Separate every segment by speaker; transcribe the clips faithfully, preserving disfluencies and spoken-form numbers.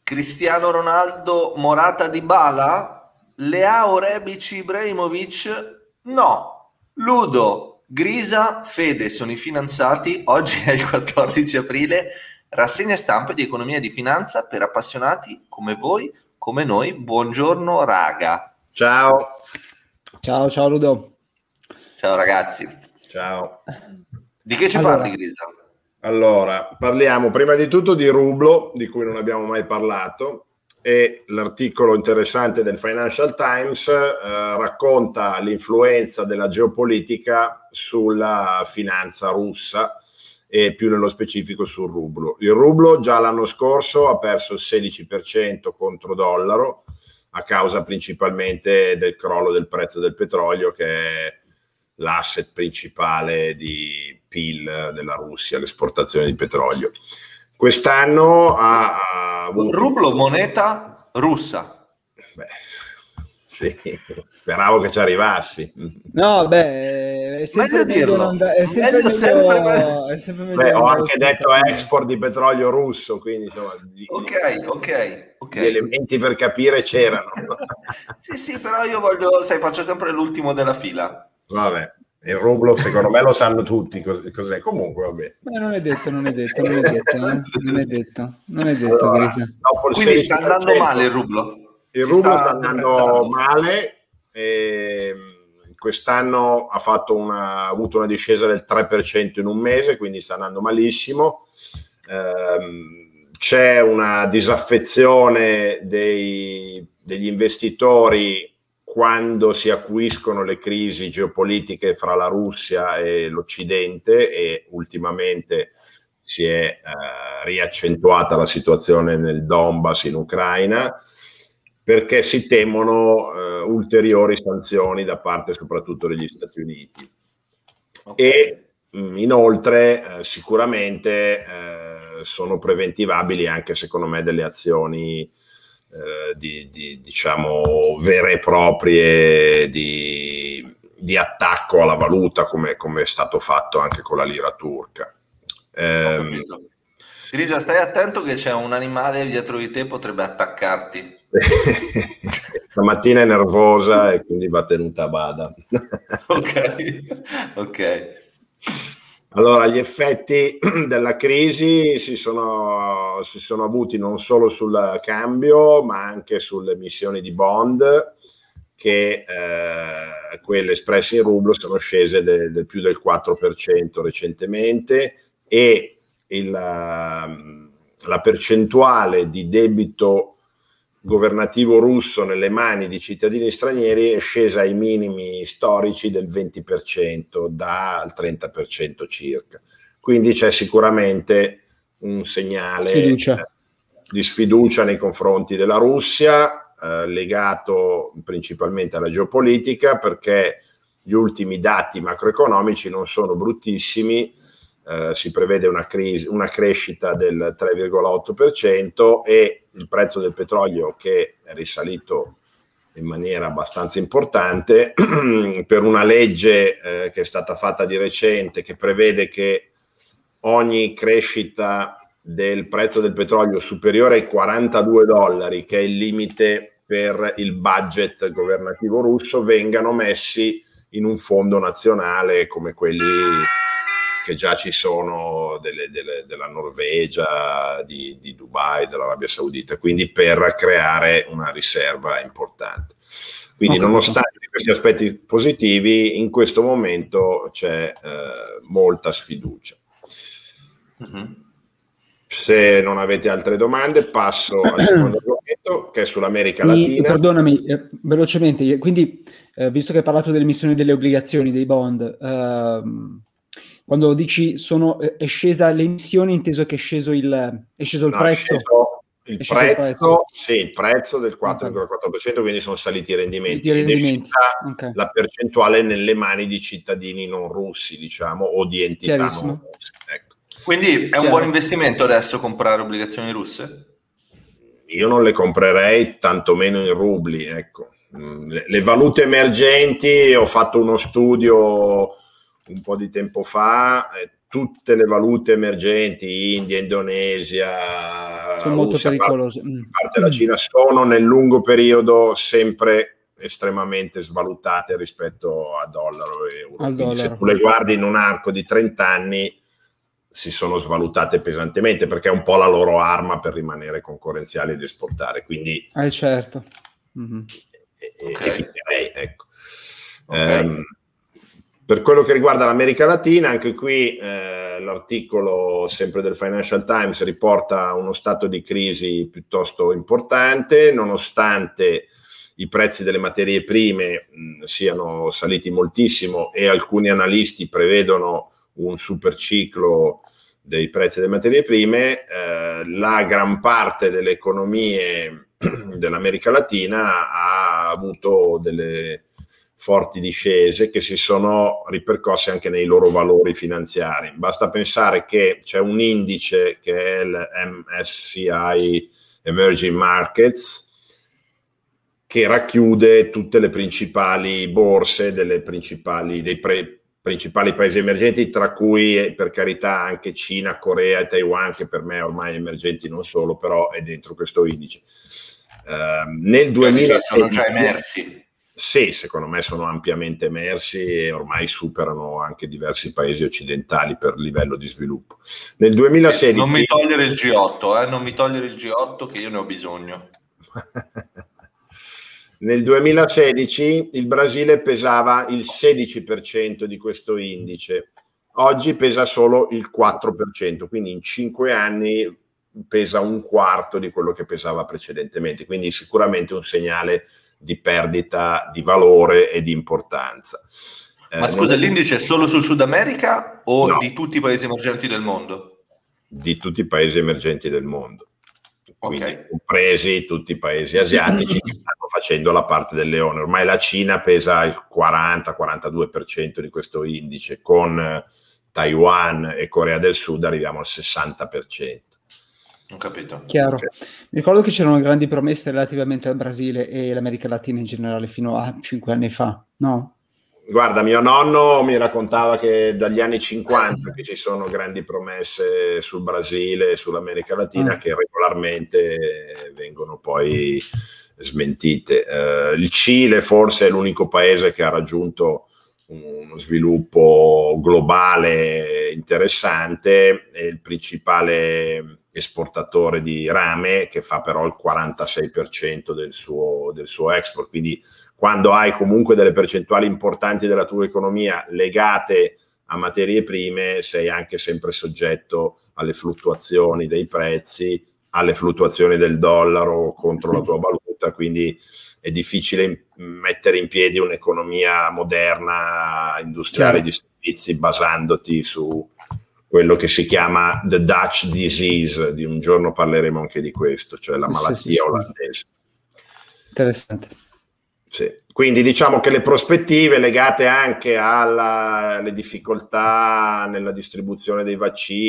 Speaker 1: Cristiano Ronaldo, Morata, Dybala, Leao, Rebic, Ibrahimovic? No. Ludo, Grisa, Fede sono i finanziati. Oggi è il quattordici aprile, rassegna stampa di economia e di finanza per appassionati come voi, come noi. Buongiorno raga.
Speaker 2: Ciao.
Speaker 3: Ciao, ciao Ludo.
Speaker 1: Ciao ragazzi.
Speaker 2: Ciao.
Speaker 1: Di che ci
Speaker 3: Allora,
Speaker 1: parli, Grisa?
Speaker 2: Allora, parliamo prima di tutto di rublo, di cui non abbiamo mai parlato, e l'articolo interessante del Financial Times eh, racconta l'influenza della geopolitica sulla finanza russa e più nello specifico sul rublo. Il rublo già l'anno scorso ha perso il sedici per cento contro dollaro a causa principalmente del crollo del prezzo del petrolio, che è l'asset principale di P I L della Russia, l'esportazione di petrolio. Quest'anno ha, ha avuto...
Speaker 1: Rublo, moneta russa.
Speaker 2: Beh, sì, speravo che ci arrivassi.
Speaker 3: No, beh, è sempre
Speaker 1: Meglio dirlo.
Speaker 3: non da- è sempre
Speaker 1: Meglio
Speaker 3: meglio,
Speaker 1: sempre meglio.
Speaker 3: è sempre meglio
Speaker 2: Beh, ho
Speaker 3: non
Speaker 2: anche
Speaker 3: dare
Speaker 2: detto
Speaker 3: ascoltare.
Speaker 2: export di petrolio russo, quindi insomma, gli,
Speaker 1: Ok, ok, ok.
Speaker 2: gli elementi per capire c'erano.
Speaker 1: Sì, sì, però io voglio, sai, faccio sempre l'ultimo della fila.
Speaker 2: Vabbè, il rublo secondo me lo sanno tutti cos- cos'è. Comunque vabbè.
Speaker 3: Ma non è detto, non è detto, non è detto, eh? non è detto, non è detto,
Speaker 2: Allora,
Speaker 3: Grisa.
Speaker 2: dopo il
Speaker 1: Quindi sta
Speaker 2: sedici per cento
Speaker 1: andando male il rublo?
Speaker 2: Il
Speaker 1: Si
Speaker 2: rublo
Speaker 1: sta
Speaker 2: sta andando
Speaker 1: deprezzando?
Speaker 2: male. E quest'anno ha, fatto una, ha avuto una discesa del tre per cento in un mese, quindi sta andando malissimo. Ehm, c'è una disaffezione dei, degli investitori quando si acuiscono le crisi geopolitiche fra la Russia e l'Occidente, e ultimamente si è eh, riaccentuata la situazione nel Donbass in Ucraina, perché si temono eh, ulteriori sanzioni da parte soprattutto degli Stati Uniti.
Speaker 1: Ok.
Speaker 2: E mh, inoltre eh, sicuramente eh, sono preventivabili anche secondo me delle azioni eh, di, di diciamo vere e proprie di, di attacco alla valuta, come, come è stato fatto anche con la lira turca.
Speaker 1: Ho
Speaker 2: Ehm,
Speaker 1: capito. Grisa, stai attento che c'è un animale dietro di te, potrebbe attaccarti.
Speaker 2: Stamattina è nervosa e quindi va tenuta a bada.
Speaker 1: Ok, ok.
Speaker 2: Allora, gli effetti della crisi si sono, si sono avuti non solo sul cambio, ma anche sulle emissioni di bond, che eh, quelle espresse in rublo sono scese del de più del quattro per cento recentemente, e il, la percentuale di debito governativo russo nelle mani di cittadini stranieri è scesa ai minimi storici del venti per cento dal trenta per cento circa. Quindi c'è sicuramente un segnale
Speaker 3: Sfiducia.
Speaker 2: eh, di sfiducia nei confronti della Russia, eh, legato principalmente alla geopolitica, perché gli ultimi dati macroeconomici non sono bruttissimi. Uh, si prevede una, crisi, una crescita del tre virgola otto per cento e il prezzo del petrolio, che è risalito in maniera abbastanza importante per una legge eh, che è stata fatta di recente, che prevede che ogni crescita del prezzo del petrolio superiore ai quarantadue dollari, che è il limite per il budget governativo russo, vengano messi in un fondo nazionale come quelli che già ci sono delle, delle, della Norvegia, di, di Dubai, dell'Arabia Saudita, quindi per creare una riserva importante. Quindi nonostante questi aspetti positivi, in questo momento c'è eh, molta sfiducia. Mm-hmm. Se non avete altre domande, passo al secondo argomento, che è sull'America Latina.
Speaker 3: Mi, perdonami, eh, velocemente, quindi eh, visto che hai parlato delle emissioni delle obbligazioni, dei bond, ehm, quando dici sono, è scesa l'emissione, inteso che è sceso il, è sceso il
Speaker 2: no,
Speaker 3: prezzo?
Speaker 2: È sceso il,
Speaker 3: è sceso
Speaker 2: prezzo,
Speaker 3: il prezzo,
Speaker 2: sì, il prezzo del quattro virgola quattro per cento, quindi sono saliti i rendimenti.
Speaker 3: I rendimenti.
Speaker 2: Ed è
Speaker 3: Okay.
Speaker 2: la percentuale nelle mani di cittadini non russi, diciamo, o di entità non russe. Ecco.
Speaker 1: Quindi è un
Speaker 3: Chiaro.
Speaker 1: buon investimento adesso comprare obbligazioni russe?
Speaker 2: Io non le comprerei, tantomeno in rubli, ecco. Le, le valute emergenti, ho fatto uno studio un po' di tempo fa, eh, tutte le valute emergenti, India, Indonesia,
Speaker 3: sono molto
Speaker 2: Russia,
Speaker 3: pericolose.
Speaker 2: parte, parte della Cina, sono nel lungo periodo sempre estremamente svalutate rispetto a dollaro e euro.
Speaker 3: Al
Speaker 2: Quindi
Speaker 3: dollaro.
Speaker 2: se tu le guardi in un arco di trenta anni si sono svalutate pesantemente, perché è un po' la loro arma per rimanere concorrenziali ed esportare. Quindi
Speaker 3: eh certo. Mm-hmm.
Speaker 2: e,
Speaker 1: okay.
Speaker 2: eviterei, ecco.
Speaker 1: Okay.
Speaker 2: Um, per quello che riguarda l'America Latina, anche qui eh, l'articolo sempre del Financial Times riporta uno stato di crisi piuttosto importante, nonostante i prezzi delle materie prime mh, siano saliti moltissimo e alcuni analisti prevedono un superciclo dei prezzi delle materie prime, eh, la gran parte delle economie dell'America Latina ha avuto delle forti discese che si sono ripercosse anche nei loro valori finanziari. Basta pensare che c'è un indice che è il M S C I Emerging Markets, che racchiude tutte le principali borse delle principali, dei pre, principali paesi emergenti, tra cui per carità anche Cina, Corea e Taiwan, che per me ormai emergenti non solo, però è dentro questo indice. Uh, nel duemilasedici,
Speaker 1: cioè, sono già emersi.
Speaker 2: Sì, secondo me sono ampiamente emersi e ormai superano anche diversi paesi occidentali per livello di sviluppo. Nel duemilasedici...
Speaker 1: Non mi togliere il G otto, eh? Non mi togliere il G otto che io ne ho bisogno.
Speaker 2: Nel duemilasedici il Brasile pesava il sedici per cento di questo indice, oggi pesa solo il quattro per cento, quindi in cinque anni pesa un quarto di quello che pesava precedentemente, quindi sicuramente un segnale di perdita di valore e di importanza.
Speaker 1: Ma eh, scusa, non... l'indice è solo sul Sud America o
Speaker 2: no,
Speaker 1: di tutti i paesi emergenti del mondo?
Speaker 2: Di tutti i paesi emergenti del mondo, quindi
Speaker 1: okay.
Speaker 2: compresi tutti i paesi asiatici che stanno facendo la parte del leone. Ormai la Cina pesa il quaranta quarantadue per cento di questo indice, con Taiwan e Corea del Sud arriviamo al sessanta per cento.
Speaker 1: Ho capito.
Speaker 3: Chiaro.
Speaker 2: Okay.
Speaker 3: Mi ricordo che c'erano grandi promesse relativamente al Brasile e l'America Latina in generale fino a cinque anni fa, no?
Speaker 2: Guarda, mio nonno mi raccontava che dagli anni cinquanta che ci sono grandi promesse sul Brasile e sull'America Latina ah. che regolarmente vengono poi smentite. Uh, il Cile forse è l'unico paese che ha raggiunto uno sviluppo globale interessante, è il principale esportatore di rame, che fa però il quarantasei per cento del suo, del suo export, quindi quando hai comunque delle percentuali importanti della tua economia legate a materie prime, sei anche sempre soggetto alle fluttuazioni dei prezzi, alle fluttuazioni del dollaro contro la tua valuta, quindi è difficile mettere in piedi un'economia moderna, industriale, di servizi, basandoti su quello che si chiama the Dutch disease. Di un giorno parleremo anche di questo, cioè la
Speaker 3: sì,
Speaker 2: malattia
Speaker 3: sì, sì,
Speaker 2: olandese.
Speaker 3: Interessante.
Speaker 2: Sì. Quindi diciamo che le prospettive legate anche alla, alle difficoltà nella distribuzione dei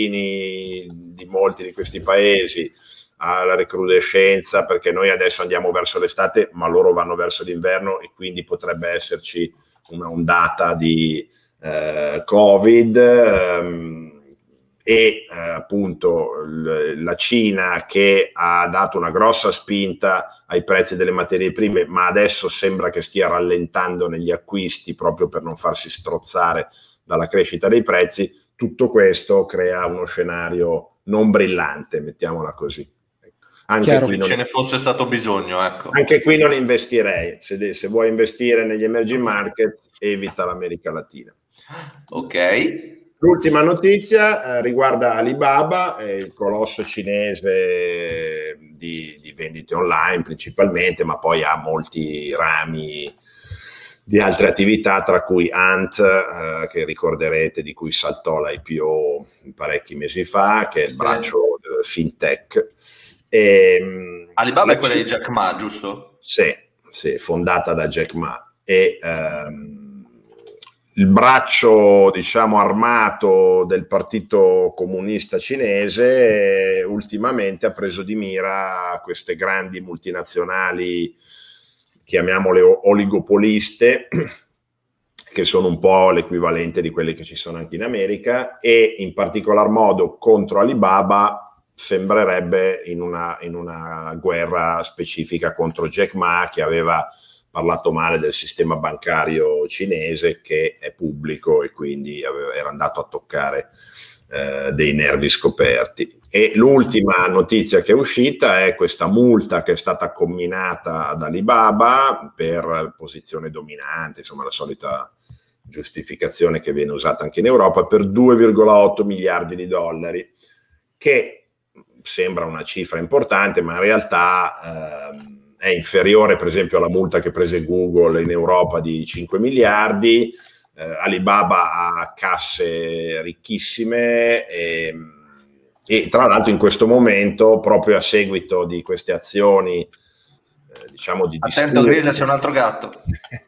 Speaker 2: vaccini di molti di questi paesi, alla recrudescenza, perché noi adesso andiamo verso l'estate ma loro vanno verso l'inverno e quindi potrebbe esserci una ondata di eh, Covid, ehm, e eh, appunto l- la Cina che ha dato una grossa spinta ai prezzi delle materie prime, ma adesso sembra che stia rallentando negli acquisti proprio per non farsi strozzare dalla crescita dei prezzi. Tutto questo crea uno scenario non brillante, mettiamola così. Anche
Speaker 1: Chiaro,
Speaker 2: qui
Speaker 1: se
Speaker 2: non...
Speaker 1: ce ne fosse stato bisogno, ecco.
Speaker 2: Anche qui non investirei, se, se vuoi investire negli emerging markets evita l'America Latina.
Speaker 1: Ok.
Speaker 2: L'ultima notizia eh, riguarda Alibaba, eh, il colosso cinese di, di vendite online principalmente, ma poi ha molti rami di altre attività, tra cui Ant, eh, che ricorderete, di cui saltò l'I P O parecchi mesi fa, che è il sì. braccio del fintech. E,
Speaker 1: Alibaba è quella C- di Jack Ma, giusto?
Speaker 2: Sì, sì, fondata da Jack Ma. E ehm, il braccio, diciamo, armato del Partito Comunista Cinese ultimamente ha preso di mira queste grandi multinazionali, chiamiamole oligopoliste, che sono un po' l'equivalente di quelle che ci sono anche in America, e in particolar modo contro Alibaba sembrerebbe in una, in una guerra specifica contro Jack Ma, che aveva parlato male del sistema bancario cinese, che è pubblico e quindi aveva, era andato a toccare eh, dei nervi scoperti. E l'ultima notizia che è uscita è questa multa che è stata comminata ad Alibaba per posizione dominante, insomma la solita giustificazione che viene usata anche in Europa, per due virgola otto miliardi di dollari, che sembra una cifra importante, ma in realtà ehm, è inferiore per esempio alla multa che prese Google in Europa di cinque miliardi. eh, Alibaba ha casse ricchissime e, e tra l'altro in questo momento, proprio a seguito di queste azioni eh, diciamo di
Speaker 1: attento Grisa, c'è un altro gatto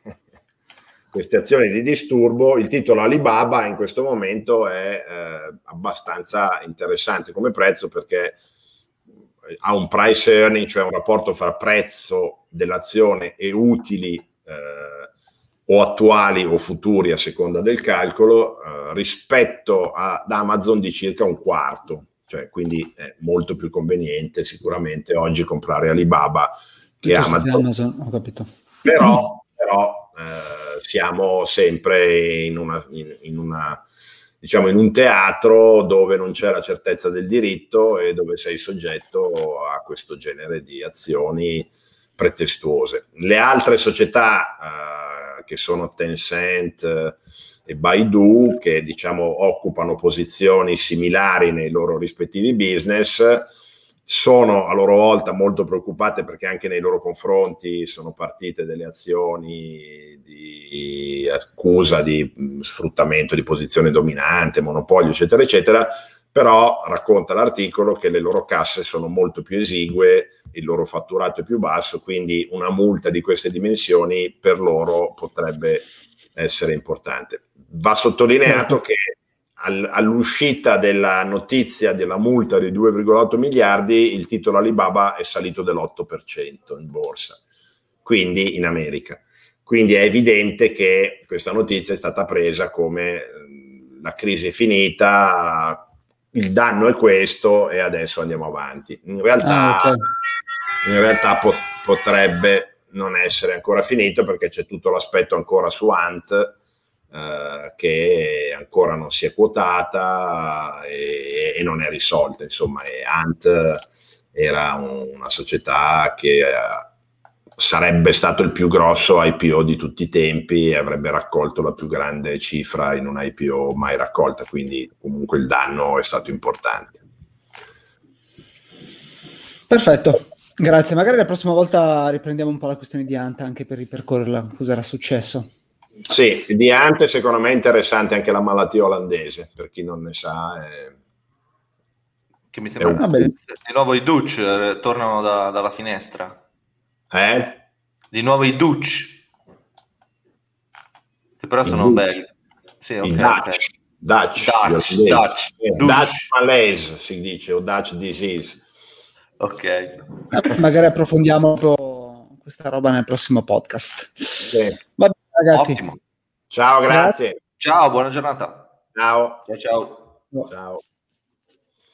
Speaker 2: queste azioni di disturbo, il titolo Alibaba in questo momento è eh, abbastanza interessante come prezzo, perché ha un price earning, cioè un rapporto fra prezzo dell'azione e utili eh, o attuali o futuri a seconda del calcolo, eh, rispetto ad Amazon di circa un quarto, cioè quindi è molto più conveniente sicuramente oggi comprare Alibaba che Amazon.
Speaker 3: Amazon, ho capito.
Speaker 2: Però, però eh, siamo sempre in una, in, in una diciamo in un teatro dove non c'è la certezza del diritto e dove sei soggetto a questo genere di azioni pretestuose. Le altre società eh, che sono Tencent eh, e Baidu, che diciamo occupano posizioni similari nei loro rispettivi business, sono a loro volta molto preoccupate perché anche nei loro confronti sono partite delle azioni di accusa di sfruttamento di posizione dominante, monopolio, eccetera, eccetera, però racconta l'articolo che le loro casse sono molto più esigue, il loro fatturato è più basso, quindi una multa di queste dimensioni per loro potrebbe essere importante. Va sottolineato che all'uscita della notizia della multa di due virgola otto miliardi, il titolo Alibaba è salito dell'otto per cento in borsa, quindi in America. Quindi è evidente che questa notizia è stata presa come la crisi è finita, il danno è questo e adesso andiamo avanti. In realtà, ah, okay. in realtà pot- potrebbe non essere ancora finito, perché c'è tutto l'aspetto ancora su Ant, Uh, che ancora non si è quotata e, e non è risolta. Insomma, e Ant era un, una società che uh, sarebbe stato il più grosso I P O di tutti i tempi e avrebbe raccolto la più grande cifra in un I P O mai raccolta, quindi comunque il danno è stato importante.
Speaker 3: Perfetto, grazie. Magari la prossima volta riprendiamo un po' la questione di Ant, anche per ripercorrerla, cosa era successo.
Speaker 2: Sì, di Ant secondo me è interessante anche la malattia olandese, per chi non ne sa. È...
Speaker 1: Che mi sembra un... di nuovo i Dutch eh, tornano da, dalla finestra.
Speaker 2: Eh?
Speaker 1: Di nuovo i Dutch, che però sono belli. Sì, ok,
Speaker 2: Dutch,
Speaker 1: okay.
Speaker 2: Dutch,
Speaker 1: Dutch,
Speaker 2: Dutch,
Speaker 1: Dutch,
Speaker 2: eh, Dutch malaise si dice, o Dutch disease.
Speaker 1: Ok.
Speaker 3: Magari approfondiamo un po' questa roba nel prossimo podcast.
Speaker 2: Sì.
Speaker 3: Va bene, ragazzi.
Speaker 1: Ottimo.
Speaker 2: Ciao, grazie.
Speaker 1: Ciao, buona giornata.
Speaker 2: Ciao.
Speaker 1: Ciao, ciao.
Speaker 2: Ciao.